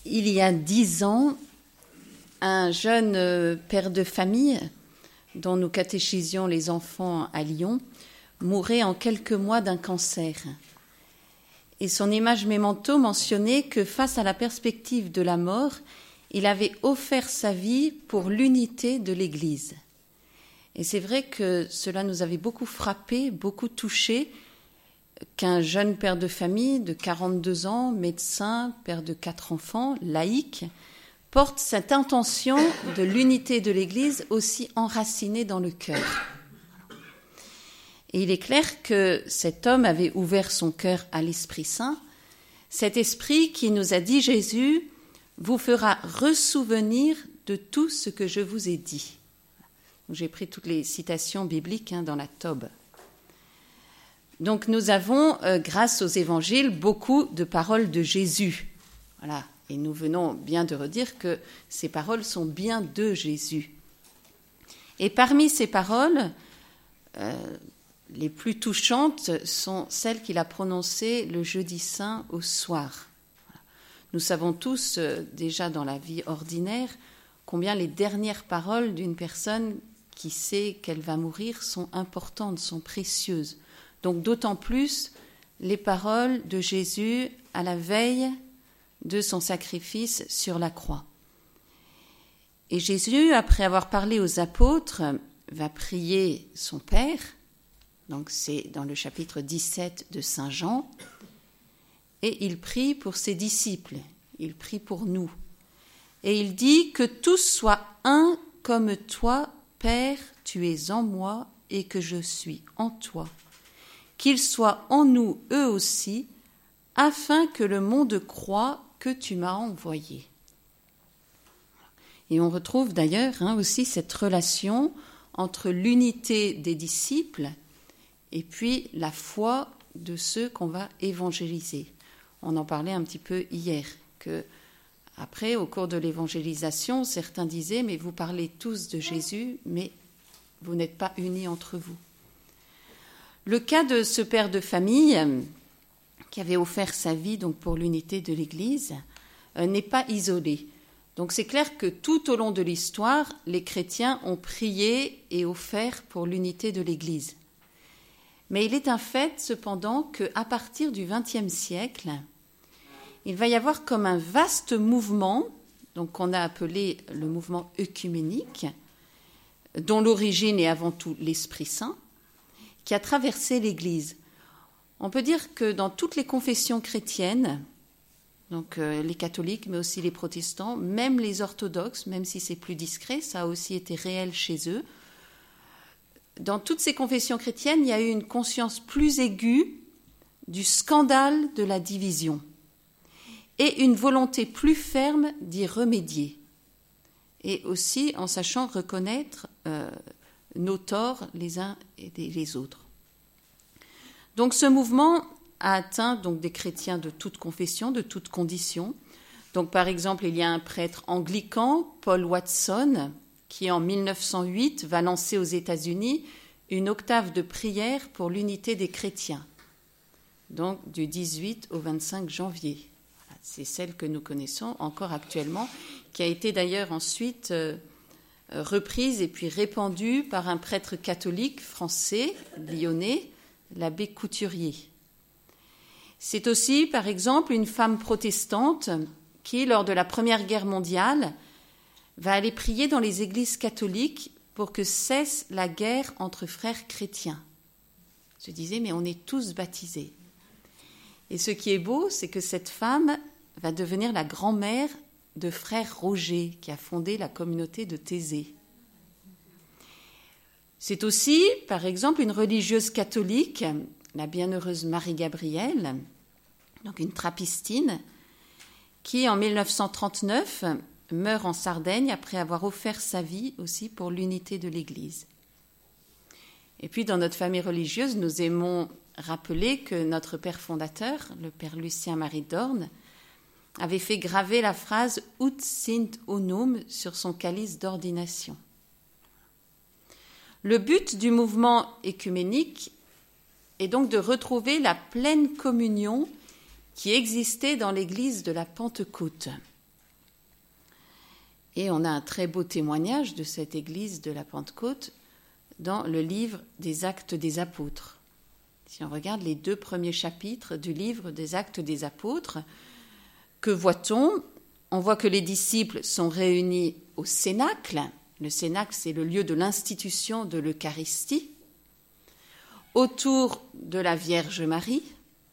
Il y a 10 ans, un jeune père de famille, dont nous catéchisions les enfants à Lyon, mourait en quelques mois d'un cancer. Et son image mémento mentionnait que face à la perspective de la mort, il avait offert sa vie pour l'unité de l'Église. Et c'est vrai que cela nous avait beaucoup frappé, beaucoup touché, qu'un jeune père de famille de 42 ans, médecin, père de 4 enfants, laïque, porte cette intention de l'unité de l'Église aussi enracinée dans le cœur. Et il est clair que cet homme avait ouvert son cœur à l'Esprit Saint, cet esprit qui nous a dit Jésus vous fera ressouvenir de tout ce que je vous ai dit. J'ai pris toutes les citations bibliques dans la Tobe. Donc nous avons, grâce aux évangiles, beaucoup de paroles de Jésus. Voilà. Et nous venons bien de redire que ces paroles sont bien de Jésus. Et parmi ces paroles, les plus touchantes sont celles qu'il a prononcées le jeudi saint au soir. Nous savons tous, déjà dans la vie ordinaire, combien les dernières paroles d'une personne qui sait qu'elle va mourir sont importantes, sont précieuses. Donc d'autant plus les paroles de Jésus à la veille de son sacrifice sur la croix. Et Jésus, après avoir parlé aux apôtres, va prier son Père, donc c'est dans le chapitre 17 de Saint Jean, et il prie pour ses disciples, il prie pour nous. Et il dit que tous soient un comme toi, Père, tu es en moi et que je suis en toi. Qu'ils soient en nous eux aussi, afin que le monde croie que tu m'as envoyé. Et on retrouve d'ailleurs aussi cette relation entre l'unité des disciples et puis la foi de ceux qu'on va évangéliser. On en parlait un petit peu hier, que après, au cours de l'évangélisation, certains disaient « mais vous parlez tous de Jésus, mais vous n'êtes pas unis entre vous ». Le cas de ce père de famille qui avait offert sa vie donc pour l'unité de l'Église n'est pas isolé. Donc c'est clair que tout au long de l'histoire, les chrétiens ont prié et offert pour l'unité de l'Église. Mais il est un fait cependant qu'à partir du XXe siècle, il va y avoir comme un vaste mouvement, donc qu'on a appelé le mouvement œcuménique, dont l'origine est avant tout l'Esprit Saint, qui a traversé l'Église. On peut dire que dans toutes les confessions chrétiennes, donc les catholiques, mais aussi les protestants, même les orthodoxes, même si c'est plus discret, ça a aussi été réel chez eux, dans toutes ces confessions chrétiennes, il y a eu une conscience plus aiguë du scandale de la division et une volonté plus ferme d'y remédier. Et aussi en sachant reconnaître nos torts les uns et les autres. Donc ce mouvement a atteint donc des chrétiens de toute confession, de toute condition. Donc par exemple, il y a un prêtre anglican, Paul Watson, qui en 1908 va lancer aux États-Unis une octave de prière pour l'unité des chrétiens, donc du 18 au 25 janvier. Voilà, c'est celle que nous connaissons encore actuellement, qui a été d'ailleurs ensuite reprise et puis répandue par un prêtre catholique français, lyonnais, l'abbé Couturier. C'est aussi, par exemple, une femme protestante qui, lors de la Première Guerre mondiale, va aller prier dans les églises catholiques pour que cesse la guerre entre frères chrétiens. Je disais, mais on est tous baptisés. Et ce qui est beau, c'est que cette femme va devenir la grand-mère de frère Roger, qui a fondé la communauté de Thésée. C'est aussi, par exemple, une religieuse catholique, la bienheureuse Marie-Gabrielle, donc une trappistine, qui, en 1939, meurt en Sardaigne après avoir offert sa vie aussi pour l'unité de l'Église. Et puis, dans notre famille religieuse, nous aimons rappeler que notre père fondateur, le père Lucien-Marie Dorn, avait fait graver la phrase « Ut sint unum » sur son calice d'ordination. Le but du mouvement œcuménique est donc de retrouver la pleine communion qui existait dans l'Église de la Pentecôte. Et on a un très beau témoignage de cette église de la Pentecôte dans le livre des Actes des Apôtres. Si on regarde les 2 premiers chapitres du livre des Actes des Apôtres, que voit-on ? On voit que les disciples sont réunis au Cénacle. Le Cénacle, c'est le lieu de l'institution de l'Eucharistie, autour de la Vierge Marie,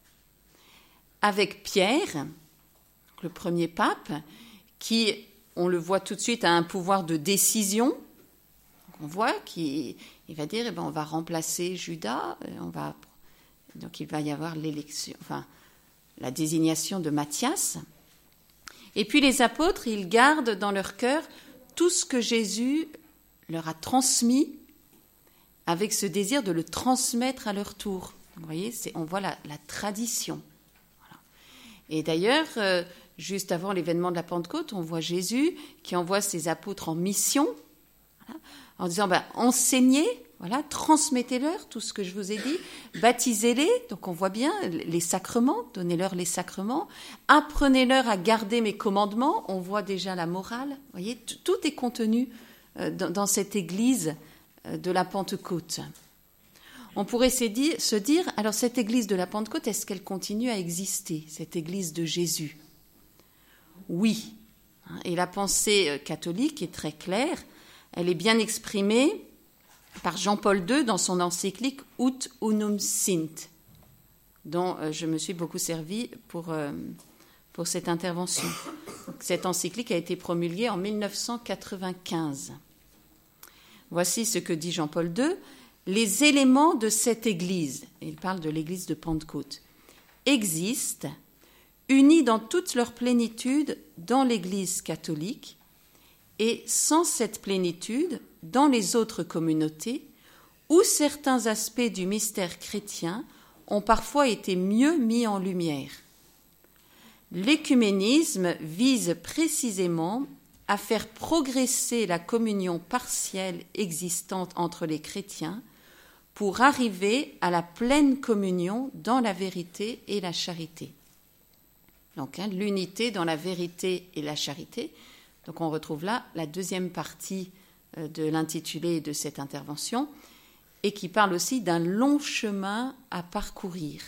avec Pierre, le premier pape, qui, on le voit tout de suite, a un pouvoir de décision. On voit qu'il va dire, on va remplacer Judas, donc il va y avoir l'élection, la désignation de Matthias. Et puis les apôtres, ils gardent dans leur cœur tout ce que Jésus leur a transmis, avec ce désir de le transmettre à leur tour. Vous voyez, on voit la tradition. Voilà. Et d'ailleurs, juste avant l'événement de la Pentecôte, on voit Jésus qui envoie ses apôtres en mission, voilà, en disant, enseignez, voilà, transmettez-leur tout ce que je vous ai dit, baptisez-les, donc on voit bien les sacrements, donnez-leur les sacrements, apprenez-leur à garder mes commandements, on voit déjà la morale, vous voyez, tout est contenu dans cette église de la Pentecôte. On pourrait se dire, alors cette église de la Pentecôte, est-ce qu'elle continue à exister, cette église de Jésus ? Oui, et la pensée catholique est très claire, elle est bien exprimée par Jean-Paul II dans son encyclique Ut Unum Sint, dont je me suis beaucoup servi pour cette intervention. Donc, cette encyclique a été promulguée en 1995. Voici ce que dit Jean-Paul II. Les éléments de cette Église, il parle de l'Église de Pentecôte, existent, unis dans toute leur plénitude dans l'Église catholique et sans cette plénitude dans les autres communautés où certains aspects du mystère chrétien ont parfois été mieux mis en lumière. L'écuménisme vise précisément à faire progresser la communion partielle existante entre les chrétiens pour arriver à la pleine communion dans la vérité et la charité. Donc, l'unité dans la vérité et la charité. Donc, on retrouve là la deuxième partie de l'intitulé de cette intervention et qui parle aussi d'un long chemin à parcourir.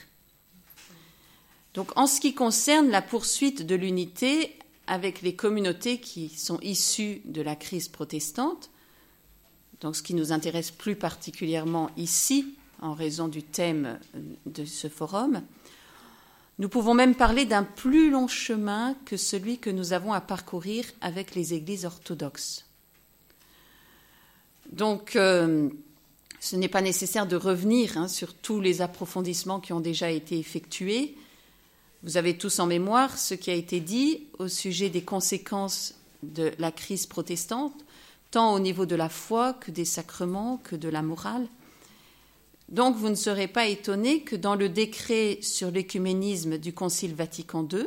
Donc, en ce qui concerne la poursuite de l'unité avec les communautés qui sont issues de la crise protestante, donc ce qui nous intéresse plus particulièrement ici, en raison du thème de ce forum, nous pouvons même parler d'un plus long chemin que celui que nous avons à parcourir avec les églises orthodoxes. Donc, ce n'est pas nécessaire de revenir sur tous les approfondissements qui ont déjà été effectués. Vous avez tous en mémoire ce qui a été dit au sujet des conséquences de la crise protestante, tant au niveau de la foi que des sacrements, que de la morale. Donc, vous ne serez pas étonnés que dans le décret sur l'écuménisme du Concile Vatican II,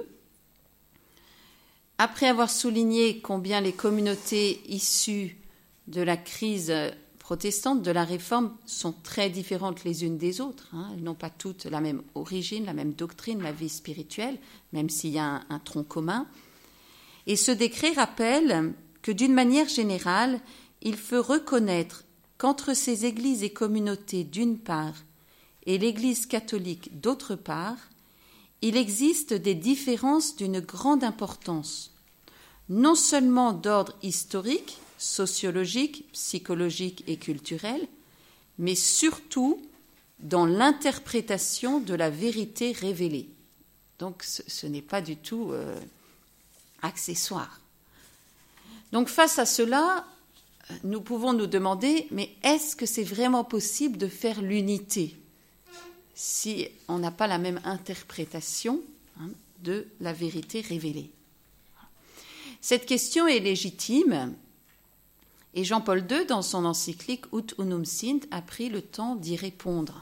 après avoir souligné combien les communautés issues de la crise protestante, de la Réforme, sont très différentes les unes des autres, elles n'ont pas toutes la même origine, la même doctrine, la vie spirituelle, même s'il y a un tronc commun. Et ce décret rappelle que d'une manière générale, il faut reconnaître qu'entre ces églises et communautés d'une part et l'Église catholique d'autre part, il existe des différences d'une grande importance, non seulement d'ordre historique, sociologique, psychologique et culturel, mais surtout dans l'interprétation de la vérité révélée. Donc ce n'est pas du tout accessoire. Donc face à cela, nous pouvons nous demander, mais est-ce que c'est vraiment possible de faire l'unité si on n'a pas la même interprétation de la vérité révélée? Cette question est légitime et Jean-Paul II, dans son encyclique Ut Unum Sint, a pris le temps d'y répondre.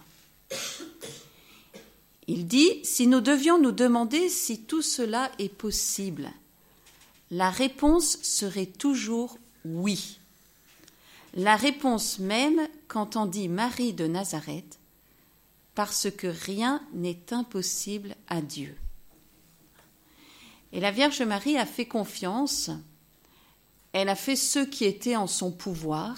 Il dit « Si nous devions nous demander si tout cela est possible, la réponse serait toujours oui. La réponse même qu'entendit Marie de Nazareth, parce que rien n'est impossible à Dieu. » Et la Vierge Marie a fait confiance elle a fait ce qui était en son pouvoir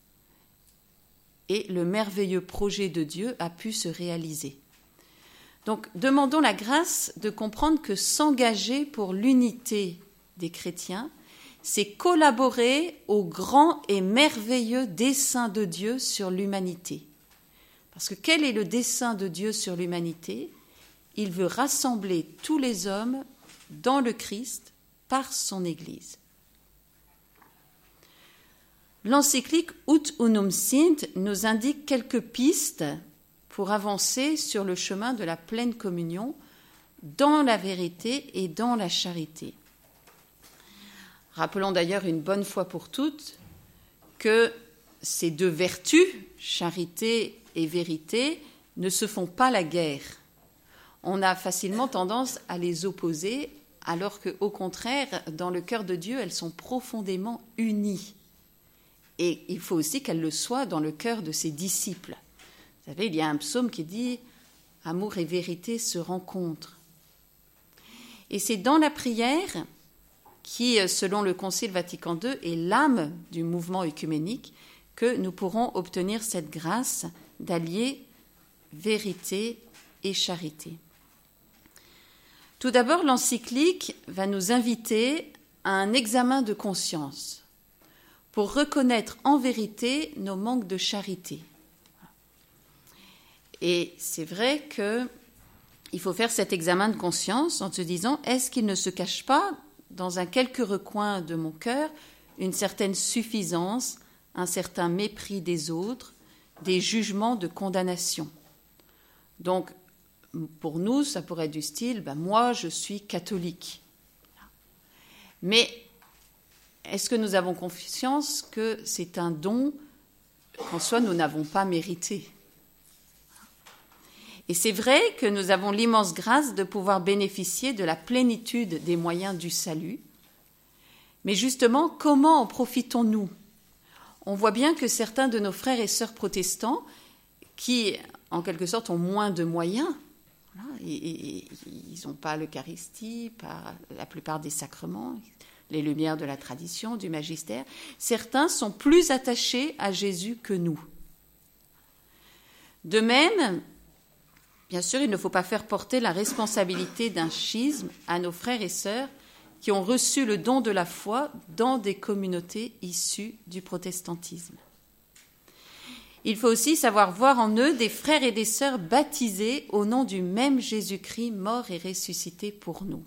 et le merveilleux projet de Dieu a pu se réaliser. Donc, demandons la grâce de comprendre que s'engager pour l'unité des chrétiens, c'est collaborer au grand et merveilleux dessein de Dieu sur l'humanité. Parce que quel est le dessein de Dieu sur l'humanité ? Il veut rassembler tous les hommes dans le Christ par son Église. L'encyclique Ut unum sint nous indique quelques pistes pour avancer sur le chemin de la pleine communion dans la vérité et dans la charité. Rappelons d'ailleurs une bonne fois pour toutes que ces deux vertus, charité et vérité, ne se font pas la guerre. On a facilement tendance à les opposer, alors qu'au contraire, dans le cœur de Dieu, elles sont profondément unies. Et il faut aussi qu'elles le soient dans le cœur de ses disciples. Vous savez, il y a un psaume qui dit « Amour et vérité se rencontrent ». Et c'est dans la prière qui, selon le Concile Vatican II, est l'âme du mouvement œcuménique, que nous pourrons obtenir cette grâce d'allier vérité et charité. Tout d'abord, l'encyclique va nous inviter à un examen de conscience pour reconnaître en vérité nos manques de charité. Et c'est vrai qu'il faut faire cet examen de conscience en se disant, est-ce qu'il ne se cache pas dans un quelque recoin de mon cœur une certaine suffisance, un certain mépris des autres, des jugements de condamnation. Donc, pour nous, ça pourrait être du style, moi, je suis catholique. Mais est-ce que nous avons conscience que c'est un don qu'en soi, nous n'avons pas mérité ? Et c'est vrai que nous avons l'immense grâce de pouvoir bénéficier de la plénitude des moyens du salut. Mais justement, comment en profitons-nous ? On voit bien que certains de nos frères et sœurs protestants, qui en quelque sorte ont moins de moyens, ils n'ont pas l'Eucharistie, pas la plupart des sacrements, les lumières de la tradition, du magistère, certains sont plus attachés à Jésus que nous. De même, bien sûr, il ne faut pas faire porter la responsabilité d'un schisme à nos frères et sœurs qui ont reçu le don de la foi dans des communautés issues du protestantisme. Il faut aussi savoir voir en eux des frères et des sœurs baptisés au nom du même Jésus-Christ mort et ressuscité pour nous.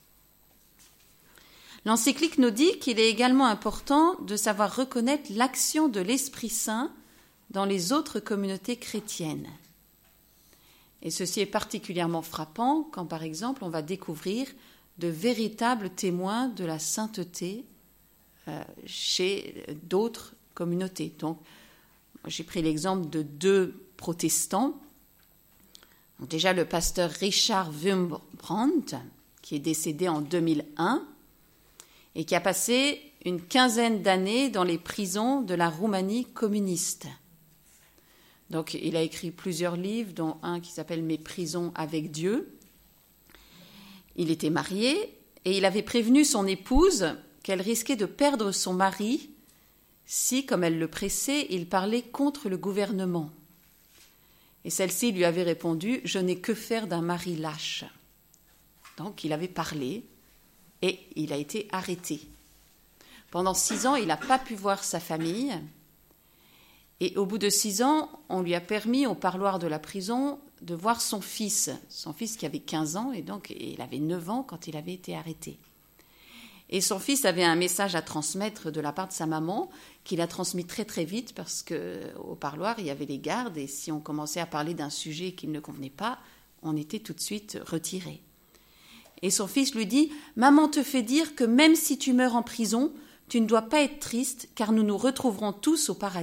L'encyclique nous dit qu'il est également important de savoir reconnaître l'action de l'Esprit Saint dans les autres communautés chrétiennes. Et ceci est particulièrement frappant quand, par exemple, on va découvrir de véritables témoins de la sainteté chez d'autres communautés. Donc, j'ai pris l'exemple de 2 protestants. Donc, déjà, le pasteur Richard Wurmbrandt, qui est décédé en 2001 et qui a passé une 15aine d'années dans les prisons de la Roumanie communiste. Donc, il a écrit plusieurs livres, dont un qui s'appelle « Mes prisons avec Dieu ». Il était marié et il avait prévenu son épouse qu'elle risquait de perdre son mari si, comme elle le pressait, il parlait contre le gouvernement. Et celle-ci lui avait répondu « Je n'ai que faire d'un mari lâche ». Donc, il avait parlé et il a été arrêté. Pendant 6 ans, il n'a pas pu voir sa famille. Et au bout de 6 ans, on lui a permis, au parloir de la prison, de voir son fils qui avait 15 ans, et donc il avait 9 ans quand il avait été arrêté. Et son fils avait un message à transmettre de la part de sa maman, qu'il a transmis très très vite, parce qu'au parloir, il y avait les gardes, et si on commençait à parler d'un sujet qui ne le convenait pas, on était tout de suite retiré. Et son fils lui dit « Maman te fait dire que même si tu meurs en prison, tu ne dois pas être triste, car nous nous retrouverons tous au paradis. »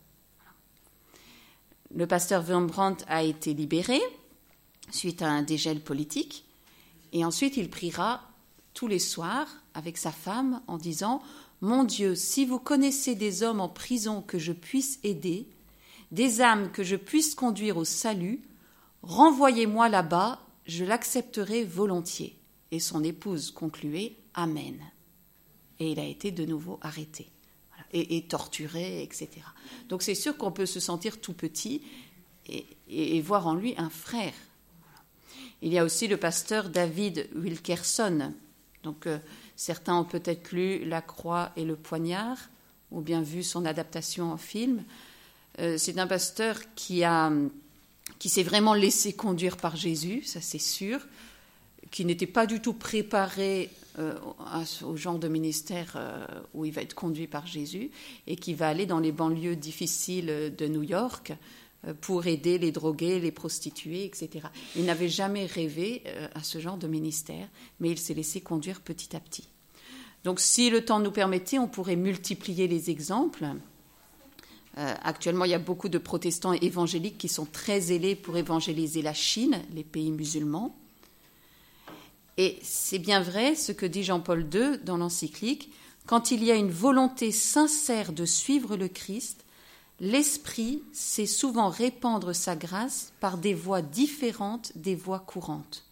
Le pasteur Wurmbrandt a été libéré suite à un dégel politique et ensuite il priera tous les soirs avec sa femme en disant « Mon Dieu, si vous connaissez des hommes en prison que je puisse aider, des âmes que je puisse conduire au salut, renvoyez-moi là-bas, je l'accepterai volontiers. » Et son épouse concluait « Amen ». et il a été de nouveau arrêté et torturé, etc. Donc c'est sûr qu'on peut se sentir tout petit et voir en lui un frère. Il y a aussi le pasteur David Wilkerson. Donc certains ont peut-être lu La Croix et le Poignard ou bien vu son adaptation en film. C'est un pasteur qui s'est vraiment laissé conduire par Jésus, ça c'est sûr, qui n'était pas du tout préparé au genre de ministère où il va être conduit par Jésus et qui va aller dans les banlieues difficiles de New York pour aider les drogués, les prostituées, etc. Il n'avait jamais rêvé à ce genre de ministère, mais il s'est laissé conduire petit à petit. Donc si le temps nous permettait, on pourrait multiplier les exemples. Actuellement, il y a beaucoup de protestants évangéliques qui sont très zélés pour évangéliser la Chine, les pays musulmans. Et c'est bien vrai ce que dit Jean-Paul II dans l'encyclique, quand il y a une volonté sincère de suivre le Christ, l'Esprit sait souvent répandre sa grâce par des voies différentes des voies courantes.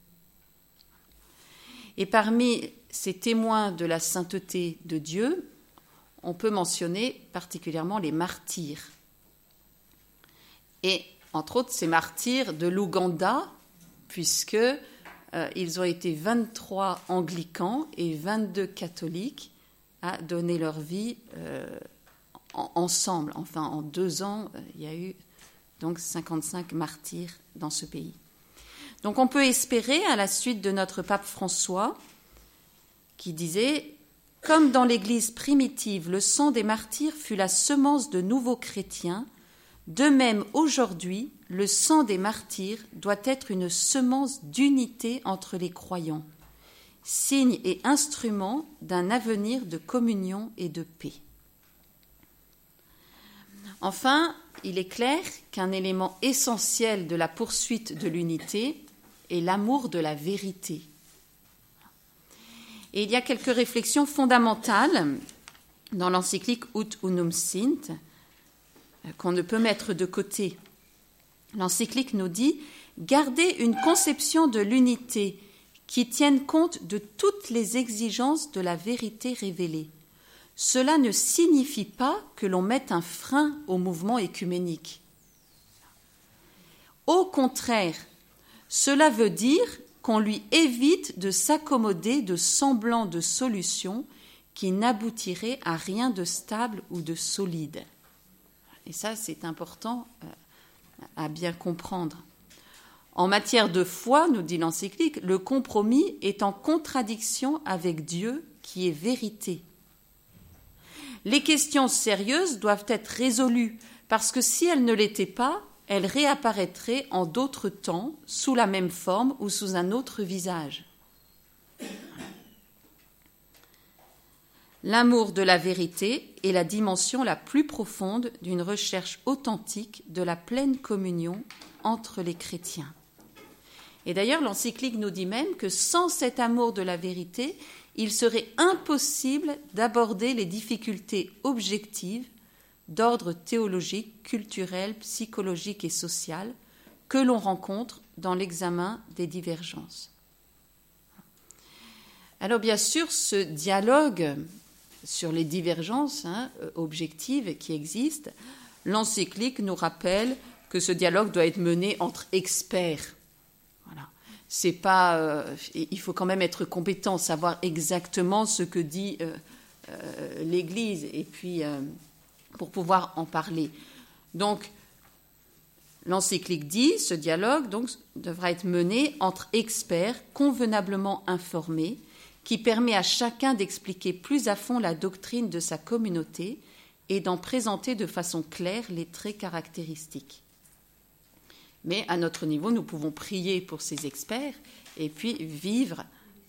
Et parmi ces témoins de la sainteté de Dieu, on peut mentionner particulièrement les martyrs. Et entre autres, ces martyrs de l'Ouganda, puisque ils ont été 23 anglicans et 22 catholiques à donner leur vie ensemble. Enfin, en 2 ans, il y a eu donc 55 martyrs dans ce pays. Donc on peut espérer, à la suite de notre pape François, qui disait « Comme dans l'Église primitive, le sang des martyrs fut la semence de nouveaux chrétiens, de même aujourd'hui, le sang des martyrs doit être une semence d'unité entre les croyants, signe et instrument d'un avenir de communion et de paix. » Enfin, il est clair qu'un élément essentiel de la poursuite de l'unité est l'amour de la vérité. Et il y a quelques réflexions fondamentales dans l'encyclique Ut Unum Sint qu'on ne peut mettre de côté. L'encyclique nous dit « Gardez une conception de l'unité qui tienne compte de toutes les exigences de la vérité révélée. Cela ne signifie pas que l'on mette un frein au mouvement écuménique. Au contraire, cela veut dire qu'on lui évite de s'accommoder de semblants de solutions qui n'aboutiraient à rien de stable ou de solide. » Et ça, c'est important à bien comprendre. En matière de foi, nous dit l'encyclique, le compromis est en contradiction avec Dieu qui est vérité. Les questions sérieuses doivent être résolues parce que si elles ne l'étaient pas, elles réapparaîtraient en d'autres temps, sous la même forme ou sous un autre visage. L'amour de la vérité est la dimension la plus profonde d'une recherche authentique de la pleine communion entre les chrétiens. Et d'ailleurs, l'encyclique nous dit même que sans cet amour de la vérité, il serait impossible d'aborder les difficultés objectives d'ordre théologique, culturel, psychologique et social que l'on rencontre dans l'examen des divergences. Alors bien sûr, ce dialogue sur les divergences objectives qui existent, l'encyclique nous rappelle que ce dialogue doit être mené entre experts. Voilà. C'est pas, il faut quand même être compétent, savoir exactement ce que dit l'Église, et puis pour pouvoir en parler. Donc, l'encyclique dit, ce dialogue donc, devra être mené entre experts convenablement informés, qui permet à chacun d'expliquer plus à fond la doctrine de sa communauté et d'en présenter de façon claire les traits caractéristiques. Mais à notre niveau, nous pouvons prier pour ces experts et puis vivre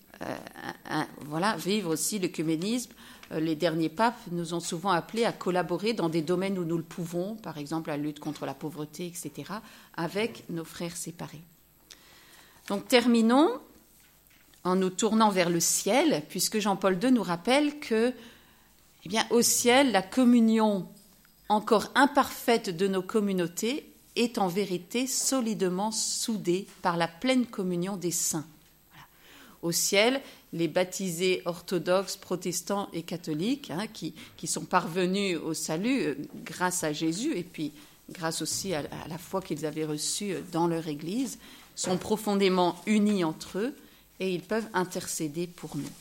aussi l'œcuménisme. Les derniers papes nous ont souvent appelés à collaborer dans des domaines où nous le pouvons, par exemple la lutte contre la pauvreté, etc., avec nos frères séparés. Donc terminons en nous tournant vers le ciel, puisque Jean-Paul II nous rappelle que, au ciel, la communion encore imparfaite de nos communautés est en vérité solidement soudée par la pleine communion des saints. Voilà. Au ciel, les baptisés orthodoxes, protestants et catholiques, qui sont parvenus au salut grâce à Jésus et puis grâce aussi à la foi qu'ils avaient reçue dans leur Église, sont profondément unis entre eux et ils peuvent intercéder pour nous.